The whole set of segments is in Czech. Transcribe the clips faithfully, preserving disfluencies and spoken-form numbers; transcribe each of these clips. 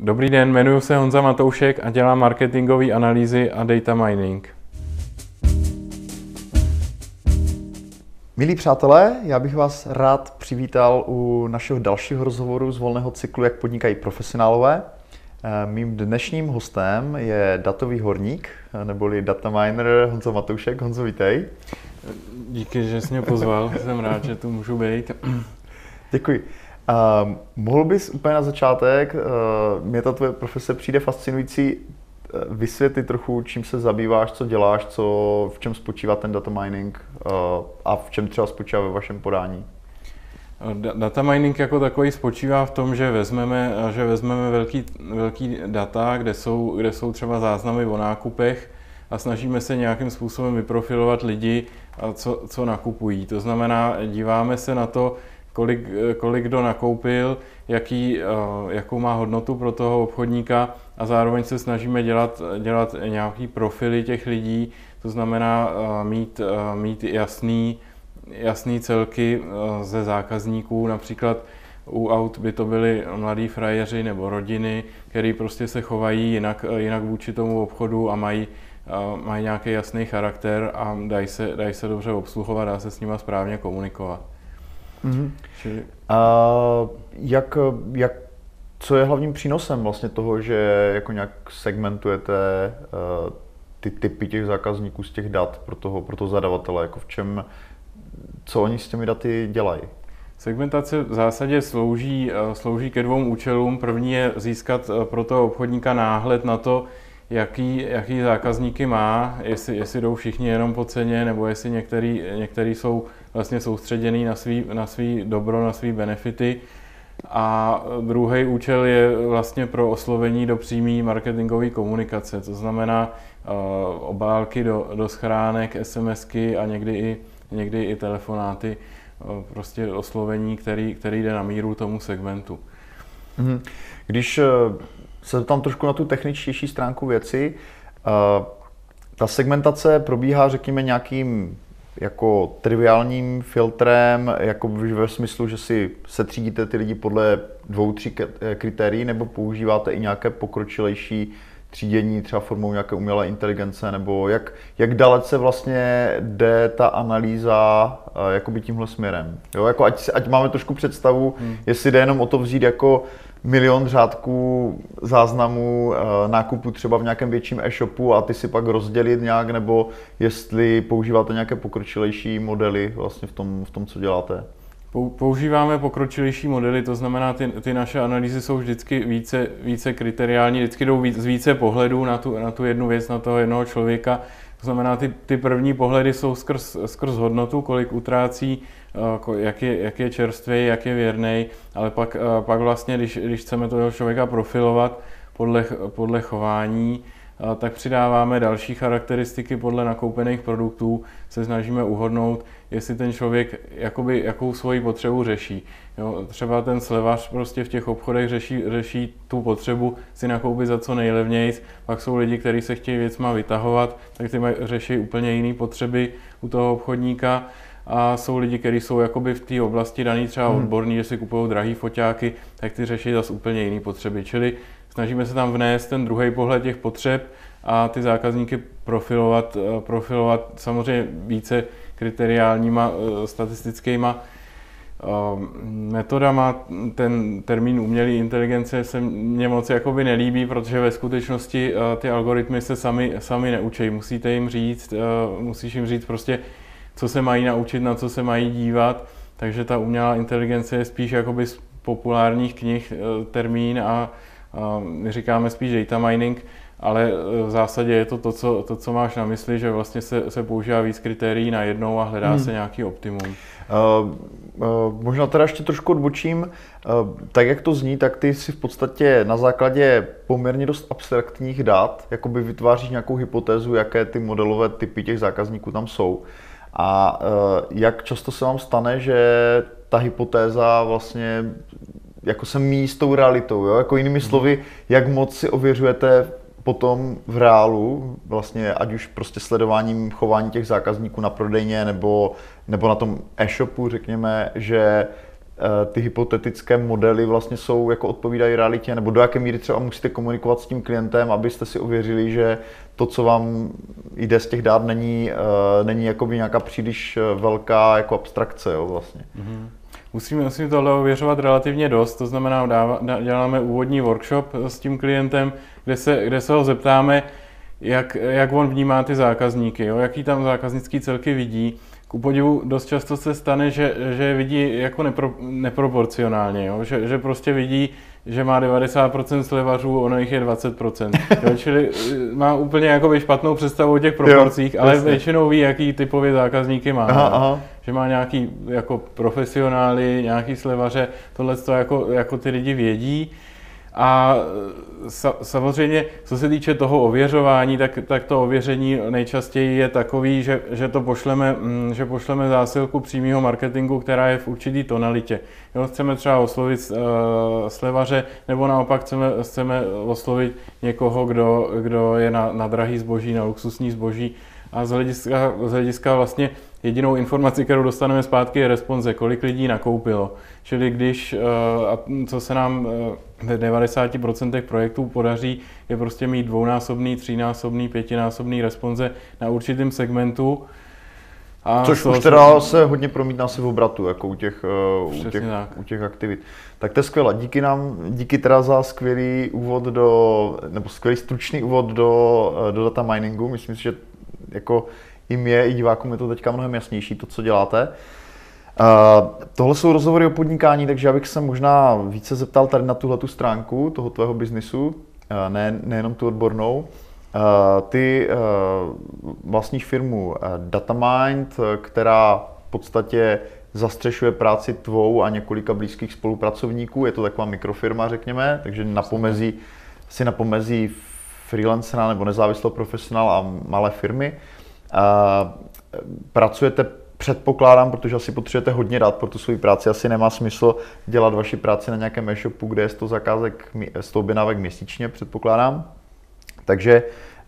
Dobrý den, jmenuji se Honza Matoušek a dělám marketingové analýzy a data mining. Milí přátelé, já bych vás rád přivítal u našeho dalšího rozhovoru z volného cyklu Jak podnikají profesionálové. Mým dnešním hostem je datový horník, neboli data miner Honza Matoušek. Honzo, vítej. Díky, že jsi mě pozval, jsem rád, že tu můžu být. Děkuji. Uh, mohl bys úplně na začátek, uh, mě ta tvoje profese přijde fascinující, uh, vysvětlit trochu, čím se zabýváš, co děláš, co, v čem spočívá ten data mining uh, a v čem třeba spočívá ve vašem podání? Data mining jako takový spočívá v tom, že vezmeme, že vezmeme velký, velký data, kde jsou, kde jsou třeba záznamy o nákupech a snažíme se nějakým způsobem vyprofilovat lidi, co, co nakupují. To znamená, díváme se na to, kolik, kolik kdo nakoupil, jaký, jakou má hodnotu pro toho obchodníka a zároveň se snažíme dělat, dělat nějaký profily těch lidí, to znamená mít, mít jasný, jasný celky ze zákazníků, například u aut by to byli mladí frajeři nebo rodiny, který prostě se chovají jinak, jinak vůči tomu obchodu a mají, mají nějaký jasný charakter a dají se, dají se dobře obsluhovat, dá se s nima správně komunikovat. Mm-hmm. Čili... Uh, jak, jak, co je hlavním přínosem vlastně toho, že jako nějak segmentujete uh, ty typy těch zákazníků z těch dat pro toho, pro toho zadavatele, jako v čem, co oni s těmi daty dělají? Segmentace v zásadě slouží, slouží ke dvou účelům. První je získat pro toho obchodníka náhled na to, jaký, jaký zákazníky má, jestli, jestli jdou všichni jenom po ceně, nebo jestli některý, některý jsou vlastně soustředěný na svý, na svý dobro, na svý benefity. A druhý účel je vlastně pro oslovení do přímé marketingové komunikace, to znamená uh, obálky do, do schránek, SMSky a někdy i, někdy i telefonáty, uh, prostě oslovení, který, který jde na míru tomu segmentu. Mm-hmm. Když se zeptám trošku na tu techničtější stránku věci, uh, ta segmentace probíhá, řekněme, nějakým jako triviálním filtrem, jako ve smyslu, že si setřídíte ty lidi podle dvou, tří kritérií, nebo používáte i nějaké pokročilejší třídění, třeba formou nějaké umělé inteligence, nebo jak, jak dalece vlastně jde ta analýza jakoby tímhle směrem. Jo? Jako ať, ať máme trošku představu, hmm. jestli jde jenom o to vzít jako milion řádků záznamů nákupu třeba v nějakém větším e-shopu a ty si pak rozdělit nějak, nebo jestli používáte nějaké pokročilejší modely vlastně v tom, v tom co děláte. Používáme pokročilejší modely, to znamená, ty, ty naše analýzy jsou vždycky více, více kriteriální, vždycky jdou víc, z více pohledů na tu, na tu jednu věc, na toho jednoho člověka. To znamená, ty, ty první pohledy jsou skrz, skrz hodnotu, kolik utrácí, jak je, jak je čerstvý, jak je věrnej, ale pak, pak vlastně, když, když chceme toho člověka profilovat podle, podle chování, tak přidáváme další charakteristiky podle nakoupených produktů, se snažíme uhodnout, jestli ten člověk jakoby, jakou svoji potřebu řeší. Jo, třeba ten slevař prostě v těch obchodech řeší, řeší tu potřebu si nakoupit za co nejlevnějc, pak jsou lidi, kteří se chtějí věcma vytahovat, tak ty řeší úplně jiné potřeby u toho obchodníka. A jsou lidi, kteří jsou jakoby v té oblasti daný třeba odborní, že si kupují drahý foťáky, tak ty řeší zase úplně jiné potřeby. Čili snažíme se tam vnést ten druhý pohled těch potřeb a ty zákazníky profilovat, profilovat samozřejmě více kriteriálníma, statistickýma metodama. Ten termín umělé inteligence se mně moc jakoby nelíbí, protože ve skutečnosti ty algoritmy se sami, sami neučí. Musíte jim říct, musíš jim říct prostě, co se mají naučit, na co se mají dívat, takže ta umělá inteligence je spíš jakoby z populárních knih termín a, a my říkáme spíš data mining, ale v zásadě je to to, co, to, co máš na mysli, že vlastně se, se používá víc kritérií na jednou a hledá hmm. se nějaký optimum. Uh, uh, možná teda ještě trošku odbočím. Uh, tak jak to zní, tak ty si v podstatě na základě poměrně dost abstraktních dat jakoby vytváříš nějakou hypotézu, jaké ty modelové typy těch zákazníků tam jsou. A uh, jak často se vám stane, že ta hypotéza vlastně jako se míjí s tou realitou, jo? Jako jinými slovy, jak moc si ověřujete potom v reálu, vlastně ať už prostě sledováním chování těch zákazníků na prodejně nebo, nebo na tom e-shopu, řekněme, že ty hypotetické modely vlastně jsou, jako odpovídají realitě, nebo do jaké míry třeba musíte komunikovat s tím klientem, abyste si ověřili, že to, co vám jde z těch dát, není, není jakoby nějaká příliš velká jako abstrakce, jo, vlastně. Mm-hmm. Musíme, musíme tohle ověřovat relativně dost, to znamená, dáva, děláme úvodní workshop s tím klientem, kde se, kde se ho zeptáme, jak, jak on vnímá ty zákazníky, jo, jaký tam zákaznický celky vidí. Ku podivu dost často se stane, že, že je vidí jako nepro, neproporcionálně, jo? Že, že prostě vidí, že má devadesát procent slivařů, ono jich je dvacet procent. Jo? Čili má úplně jakoby špatnou představu o těch proporcích, jo, ale jasně. Většinou ví, jaký typově zákazníky má. Aha, aha. Že má nějaký jako profesionály, nějaký slivaře, tohle jako, jako ty lidi vědí. A sa, samozřejmě, co se týče toho ověřování, tak, tak to ověření nejčastěji je takový, že, že to pošleme, že pošleme zásilku přímého marketingu, která je v určitý tonalitě. Jo, chceme třeba oslovit uh, slivaře, nebo naopak chceme, chceme oslovit někoho, kdo, kdo je na, na drahý zboží, na luxusní zboží. A z hlediska, z hlediska vlastně jedinou informaci, kterou dostaneme zpátky, je responze, kolik lidí nakoupilo. Čili když, a co se nám v devadesáti procentech projektů podaří, je prostě mít dvounásobný, třínásobný, pětinásobný responze na určitém segmentu. A což už teda se hodně promítná se v obratu, jako u těch, u těch, u těch aktivit. Tak to je skvělé. Díky nám, díky teda za skvělý úvod do, nebo skvělý stručný úvod do, do data miningu. Myslím si, že jako i mě, i divákům je to teďka mnohem jasnější, to, co děláte. Uh, tohle jsou rozhovory o podnikání, takže já bych se možná více zeptal tady na tuhletu stránku toho tvého biznisu, uh, ne, nejenom tu odbornou. Uh, ty uh, vlastníš firmu uh, Datamind, která v podstatě zastřešuje práci tvou a několika blízkých spolupracovníků. Je to taková mikrofirma, řekněme, takže na pomezí, si na pomezí freelancera nebo nezávislého profesionála a malé firmy. Uh, pracujete, předpokládám, protože asi potřebujete hodně dát pro tu svou práci, asi nemá smysl dělat vaši práci na nějakém e-shopu, kde je sto zakázek, sto objednávek měsíčně, předpokládám. Takže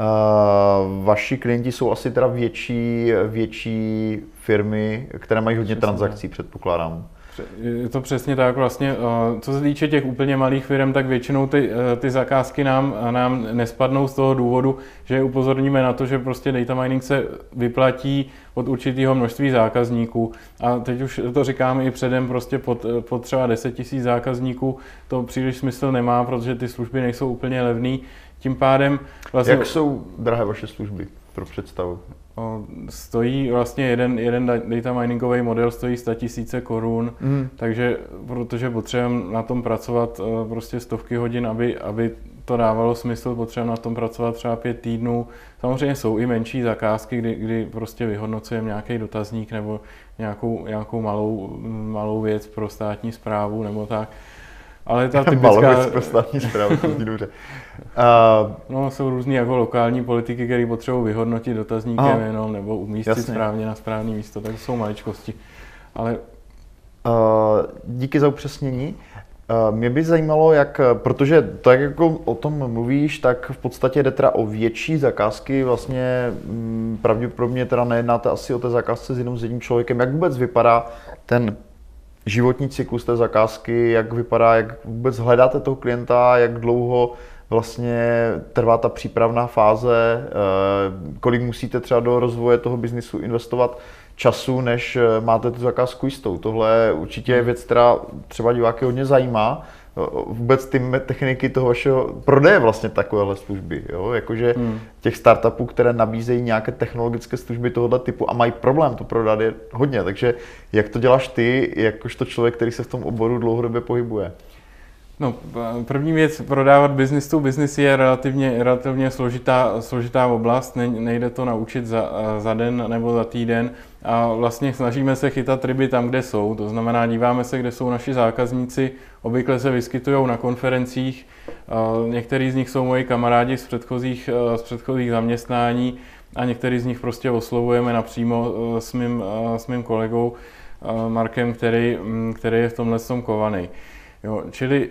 uh, vaši klienti jsou asi teda větší, větší firmy, které mají hodně Přesně transakcí, tak. předpokládám. Je to přesně tak vlastně. Co se týče těch úplně malých firm, tak většinou ty, ty zakázky nám, nám nespadnou z toho důvodu, že upozorníme na to, že prostě data mining se vyplatí od určitého množství zákazníků. A teď už to říkáme i předem, prostě pod, pod třeba deset tisíc zákazníků to příliš smysl nemá, protože ty služby nejsou úplně levný. Tím pádem vlastně... Jak jsou drahé vaše služby pro představu? Stojí vlastně jeden, jeden data miningový model stojí sto tisíc korun, mm. takže protože potřebujeme na tom pracovat prostě stovky hodin, aby, aby to dávalo smysl, potřebujeme na tom pracovat třeba pět týdnů. Samozřejmě jsou i menší zakázky, kdy, kdy prostě vyhodnocujeme nějaký dotazník nebo nějakou, nějakou malou, malou věc pro státní správu nebo tak. Ale ta typická... Malou věc pro státní správu, to zní dobře. Uh, no, jsou různý jako lokální politiky, které potřebují vyhodnotit dotazníkem aha. jenom, nebo umístit Jasně. správně na správné místo, tak jsou maličkosti. Ale... Uh, díky za upřesnění. Uh, mě by zajímalo, jak, protože to, jak jako o tom mluvíš, tak v podstatě jde teda o větší zakázky, vlastně m, pravděpodobně teda nejednáte asi o té zakázce s jenom s jedním člověkem. Jak vůbec vypadá ten životní cyklus té zakázky, jak vypadá, jak vůbec hledáte toho klienta, jak dlouho vlastně trvá ta přípravná fáze, kolik musíte třeba do rozvoje toho biznisu investovat času, než máte tu zakázku jistou. Tohle určitě je věc, která třeba diváky hodně zajímá. Vůbec ty techniky toho vašeho prodeje vlastně takovéhle služby. Jo? Jakože hmm. těch startupů, které nabízejí nějaké technologické služby tohoto typu a mají problém to prodat je hodně. Takže jak to děláš ty, jakožto člověk, který se v tom oboru dlouhodobě pohybuje? No, první věc, prodávat business to business je relativně, relativně složitá, složitá oblast, ne, nejde to naučit za, za den nebo za týden a vlastně snažíme se chytat ryby tam, kde jsou, to znamená díváme se, kde jsou naši zákazníci, obvykle se vyskytují na konferencích, některý z nich jsou moji kamarádi z předchozích, z předchozích zaměstnání a některý z nich prostě oslovujeme napřímo s mým, s mým kolegou Markem, který, který je v tomhle tom kovaný. Jo, čili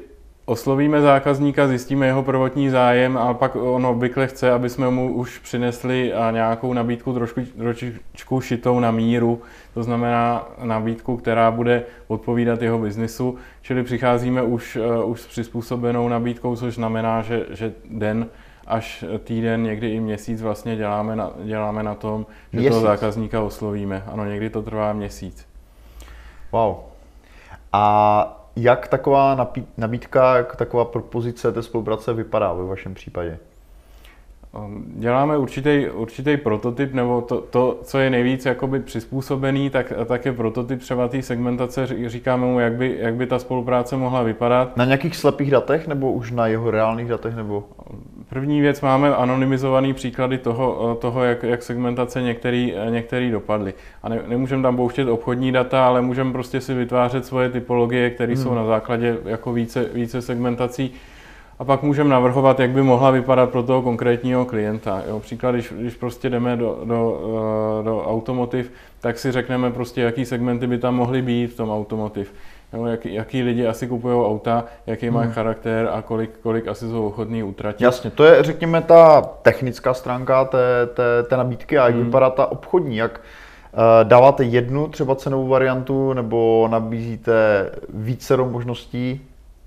oslovíme zákazníka, zjistíme jeho prvotní zájem a pak on obvykle chce, aby jsme mu už přinesli nějakou nabídku trošku, trošičku šitou na míru, to znamená nabídku, která bude odpovídat jeho biznisu, čili přicházíme už, už s přizpůsobenou nabídkou, což znamená, že, že den až týden, někdy i měsíc vlastně děláme na, děláme na tom, že měsíc. Toho zákazníka oslovíme. Ano, někdy to trvá měsíc. Wow. A jak taková nabídka, jak taková propozice té spolupráce vypadá ve vašem případě? Děláme určitý, určitý prototyp, nebo to, to, co je nejvíc jakoby přizpůsobený, tak, tak je prototyp třeba té segmentace, říkáme mu, jak by, jak by ta spolupráce mohla vypadat. Na nějakých slepých datech, nebo už na jeho reálných datech? Nebo? První věc, máme anonymizované příklady toho, toho jak, jak segmentace některý, některý dopadly. A ne, nemůžeme tam pouštět obchodní data, ale můžeme prostě si vytvářet svoje typologie, které hmm. jsou na základě jako více, více segmentací. A pak můžeme navrhovat, jak by mohla vypadat pro toho konkrétního klienta. Jo, příklad, když, když prostě jdeme do, do, do automotiv, tak si řekneme prostě, jaký segmenty by tam mohly být v tom automotiv. Jo, jak, jaký lidi asi kupují auta, jaký mají hmm. charakter a kolik, kolik asi jsou ochotní utratit. Jasně, to je, řekněme, ta technická stránka té, té, té nabídky a jak hmm. vypadá ta obchodní. Jak uh, dáváte jednu třeba cenovou variantu nebo nabízíte vícero možností?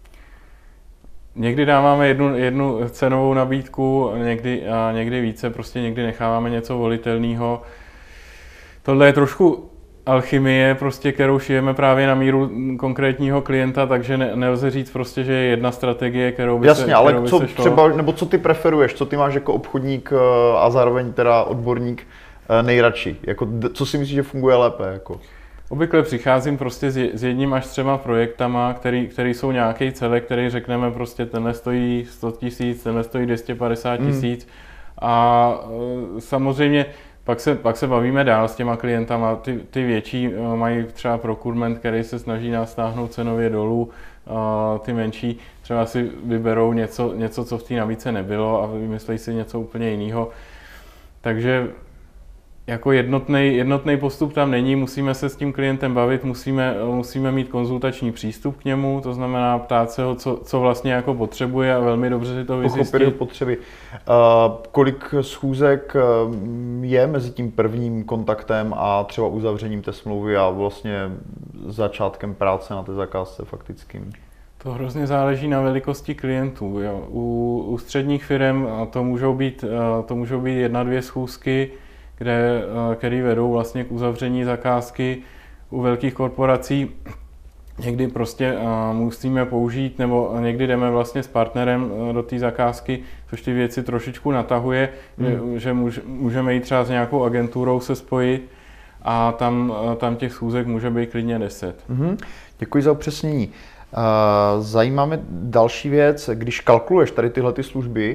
Někdy dáváme jednu, jednu cenovou nabídku, někdy, a někdy více, prostě někdy necháváme něco volitelného. Tohle je trošku alchymie, prostě, kterou šijeme právě na míru konkrétního klienta, takže ne, nelze říct prostě, že je jedna strategie, kterou by Jasně, se ale kterou by co se šlo. Třeba, nebo co ty preferuješ, co ty máš jako obchodník a zároveň teda odborník nejradši? Jako, co si myslíš, že funguje lépe? Jako? Obvykle přicházím prostě s jedním až třema projektama, který, který jsou nějaký celek, který řekneme prostě tenhle stojí sto tisíc, tenhle stojí dvě stě padesát tisíc mm. a e, samozřejmě pak se, pak se bavíme dál s těma klientama, ty, ty větší mají třeba procurement, který se snaží nás stáhnout cenově dolů, a ty menší třeba si vyberou něco, něco co v té nabídce nebylo a vymyslí si něco úplně jiného. Takže jako jednotný, jednotný postup tam není, musíme se s tím klientem bavit, musíme, musíme mít konzultační přístup k němu, to znamená ptát se ho, co, co vlastně jako potřebuje a velmi dobře si to vyzjistit. Pochopit potřeby. Uh, kolik schůzek je mezi tím prvním kontaktem a třeba uzavřením té smlouvy a vlastně začátkem práce na té zakázce faktickým? To hrozně záleží na velikosti klientů. Jo. U, u středních firm to můžou být, to můžou být jedna, dvě schůzky, Kde, který vedou vlastně k uzavření zakázky. U velkých korporací někdy prostě musíme použít, nebo někdy jdeme vlastně s partnerem do té zakázky, což ty věci trošičku natahuje, hmm. že, že můžeme jít třeba s nějakou agenturou se spojit a tam, tam těch schůzek může být klidně deset. Hmm. Děkuji za upřesnění. Zajímá mě další věc, když kalkuluješ tady tyhle ty služby,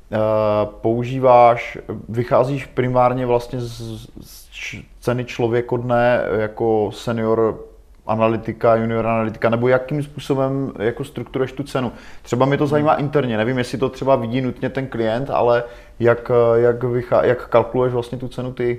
používáš, vycházíš primárně vlastně z, z ceny člověkodne jako senior analytika, junior analytika, nebo jakým způsobem jako strukturuješ tu cenu. Třeba mě to zajímá interně, nevím, jestli to třeba vidí nutně ten klient, ale jak, jak, vychá, jak kalkuluješ vlastně tu cenu ty?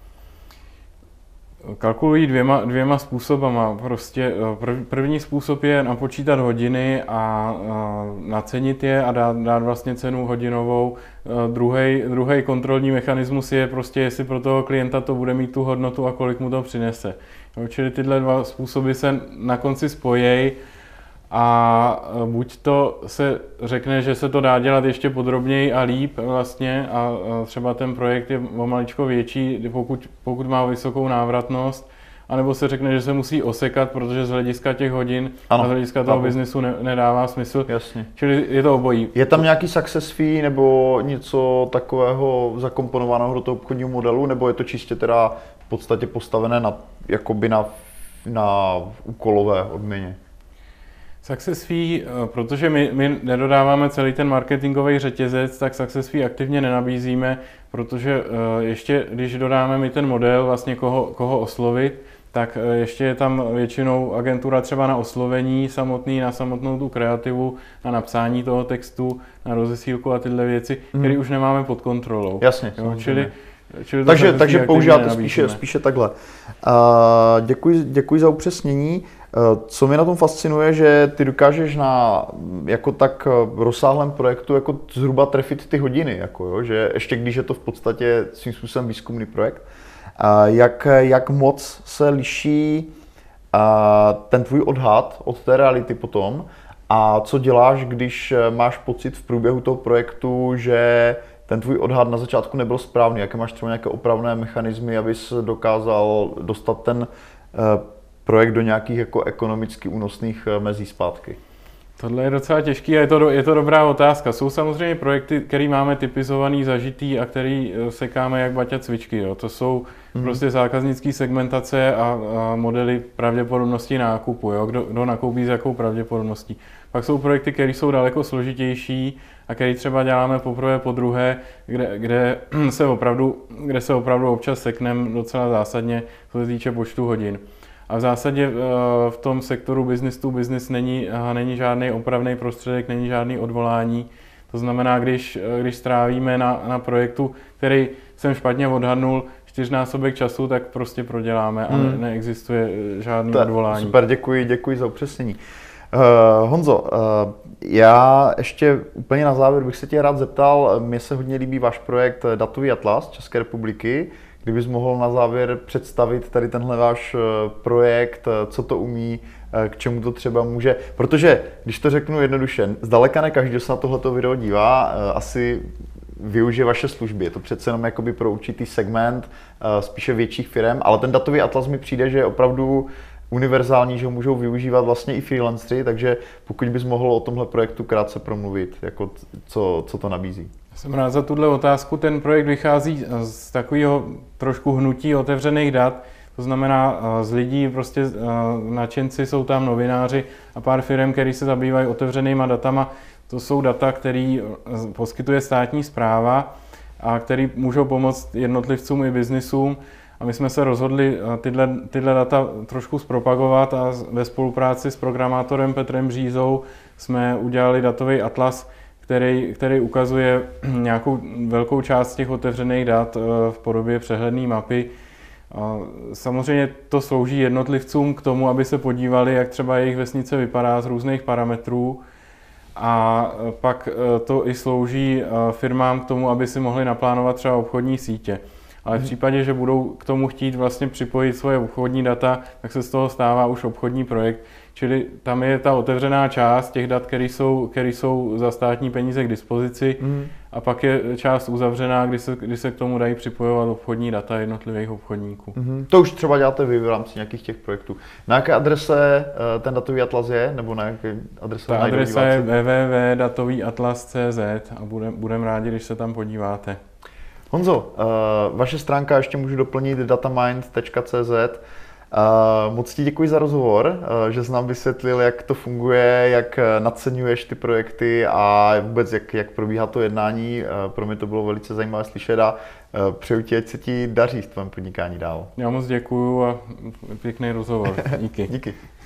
Kalkulují dvěma, dvěma způsobama. Prostě prv, první způsob je napočítat hodiny a, a nacenit je a dát, dát vlastně cenu hodinovou. Druhý kontrolní mechanismus je prostě, jestli pro toho klienta to bude mít tu hodnotu a kolik mu to přinese. Jo, čili tyhle dva způsoby se na konci spojí a buď to se řekne, že se to dá dělat ještě podrobněji a líp vlastně a třeba ten projekt je o maličko větší, pokud, pokud má vysokou návratnost, anebo se řekne, že se musí osekat, protože z hlediska těch hodin ano, a z hlediska toho biznesu ne, nedává smysl. Jasně. Čili je to obojí. Je tam nějaký success fee nebo něco takového zakomponovaného do toho obchodního modelu, nebo je to čistě teda v podstatě postavené na, jakoby na, na úkolové odměně? Success fee, protože my, my nedodáváme celý ten marketingový řetězec, tak success fee aktivně nenabízíme, protože ještě když dodáme my ten model, vlastně koho, koho oslovit, tak ještě je tam většinou agentura třeba na oslovení samotný, na samotnou tu kreativu, na napsání toho textu, na rozesílku a tyhle věci, mm. které už nemáme pod kontrolou. Jasně. Jo, čili, čili takže takže používáte spíše, spíše takhle. Uh, děkuji, děkuji za upřesnění. Co mě na tom fascinuje, že ty dokážeš na jako tak rozsáhlém projektu jako zhruba trefit ty hodiny, jako jo, že ještě když je to v podstatě svým způsobem výzkumný projekt, jak, jak moc se liší ten tvůj odhad od té reality potom a co děláš, když máš pocit v průběhu toho projektu, že ten tvůj odhad na začátku nebyl správný, jaké máš třeba nějaké opravné mechanismy, abys dokázal dostat ten projekt do nějakých jako ekonomicky únosných mezí zpátky? Tohle je docela těžký a je to, je to dobrá otázka. Jsou samozřejmě projekty, které máme typizovaný, zažitý a který sekáme jak baťa cvičky. Jo. To jsou mm. prostě zákaznické segmentace a, a modely pravděpodobnosti nákupu. Jo. Kdo, kdo nakoupí s jakou pravděpodobností. Pak jsou projekty, které jsou daleko složitější a které třeba děláme poprvé, po druhé, kde, kde, se opravdu, kde se opravdu občas sekneme docela zásadně, co se týče počtu hodin. A v zásadě v tom sektoru business to business není, není žádný opravný prostředek, není žádný odvolání. To znamená, když, když strávíme na, na projektu, který jsem špatně odhadnul, čtyřnásobek času, tak prostě proděláme a hmm. neexistuje žádný to, odvolání. Super, děkuji, děkuji za upřesnění. Uh, Honzo, uh, já ještě úplně na závěr bych se tě rád zeptal, mně se hodně líbí váš projekt Datový atlas České republiky. Kdybys mohl na závěr představit tady tenhle váš projekt, co to umí, k čemu to třeba může, protože když to řeknu jednoduše, zdaleka ne každý, kdo se na tohleto video dívá, asi využije vaše služby. Je to přece jenom jakoby pro určitý segment, spíše větších firm, ale ten datový atlas mi přijde, že je opravdu univerzální, že ho můžou využívat vlastně i freelancery, takže pokud bys mohl o tomhle projektu krátce promluvit, jako co, co to nabízí. Jsem rád za tuhle otázku. Ten projekt vychází z takového trošku hnutí otevřených dat, to znamená z lidí, prostě nadšenci, jsou tam novináři a pár firm, který se zabývají otevřenýma datama. To jsou data, které poskytuje státní správa a které můžou pomoct jednotlivcům i biznisům. A my jsme se rozhodli tyhle, tyhle data trošku zpropagovat a ve spolupráci s programátorem Petrem Břízou jsme udělali datový atlas, který, který ukazuje nějakou velkou část těch otevřených dat v podobě přehledné mapy. Samozřejmě to slouží jednotlivcům k tomu, aby se podívali, jak třeba jejich vesnice vypadá z různých parametrů. A pak to i slouží firmám k tomu, aby si mohli naplánovat třeba obchodní sítě. Ale v případě, že budou k tomu chtít vlastně připojit svoje obchodní data, tak se z toho stává už obchodní projekt. Čili tam je ta otevřená část těch dat, které jsou, které jsou za státní peníze k dispozici, mm. a pak je část uzavřená, kdy se, kdy se k tomu dají připojovat obchodní data jednotlivých obchodníků. Mm. To už třeba děláte vy v rámci nějakých těch projektů. Na jaké adrese ten datový atlas je? Nebo na jaké adrese? Ta adresa je w w w tečka datový atlas tečka c z a budeme budem rádi, když se tam podíváte. Honzo, vaše stránka ještě můžu doplnit datamind tečka c z. Uh, moc ti děkuji za rozhovor, uh, že jsi nám vysvětlil, jak to funguje, jak naceňuješ ty projekty a vůbec jak, jak probíhá to jednání. Uh, pro mě to bylo velice zajímavé slyšet a uh, přeju ti, ať se ti daří v tvém podnikání dál. Já moc děkuju a pěkný rozhovor. Díky. Díky.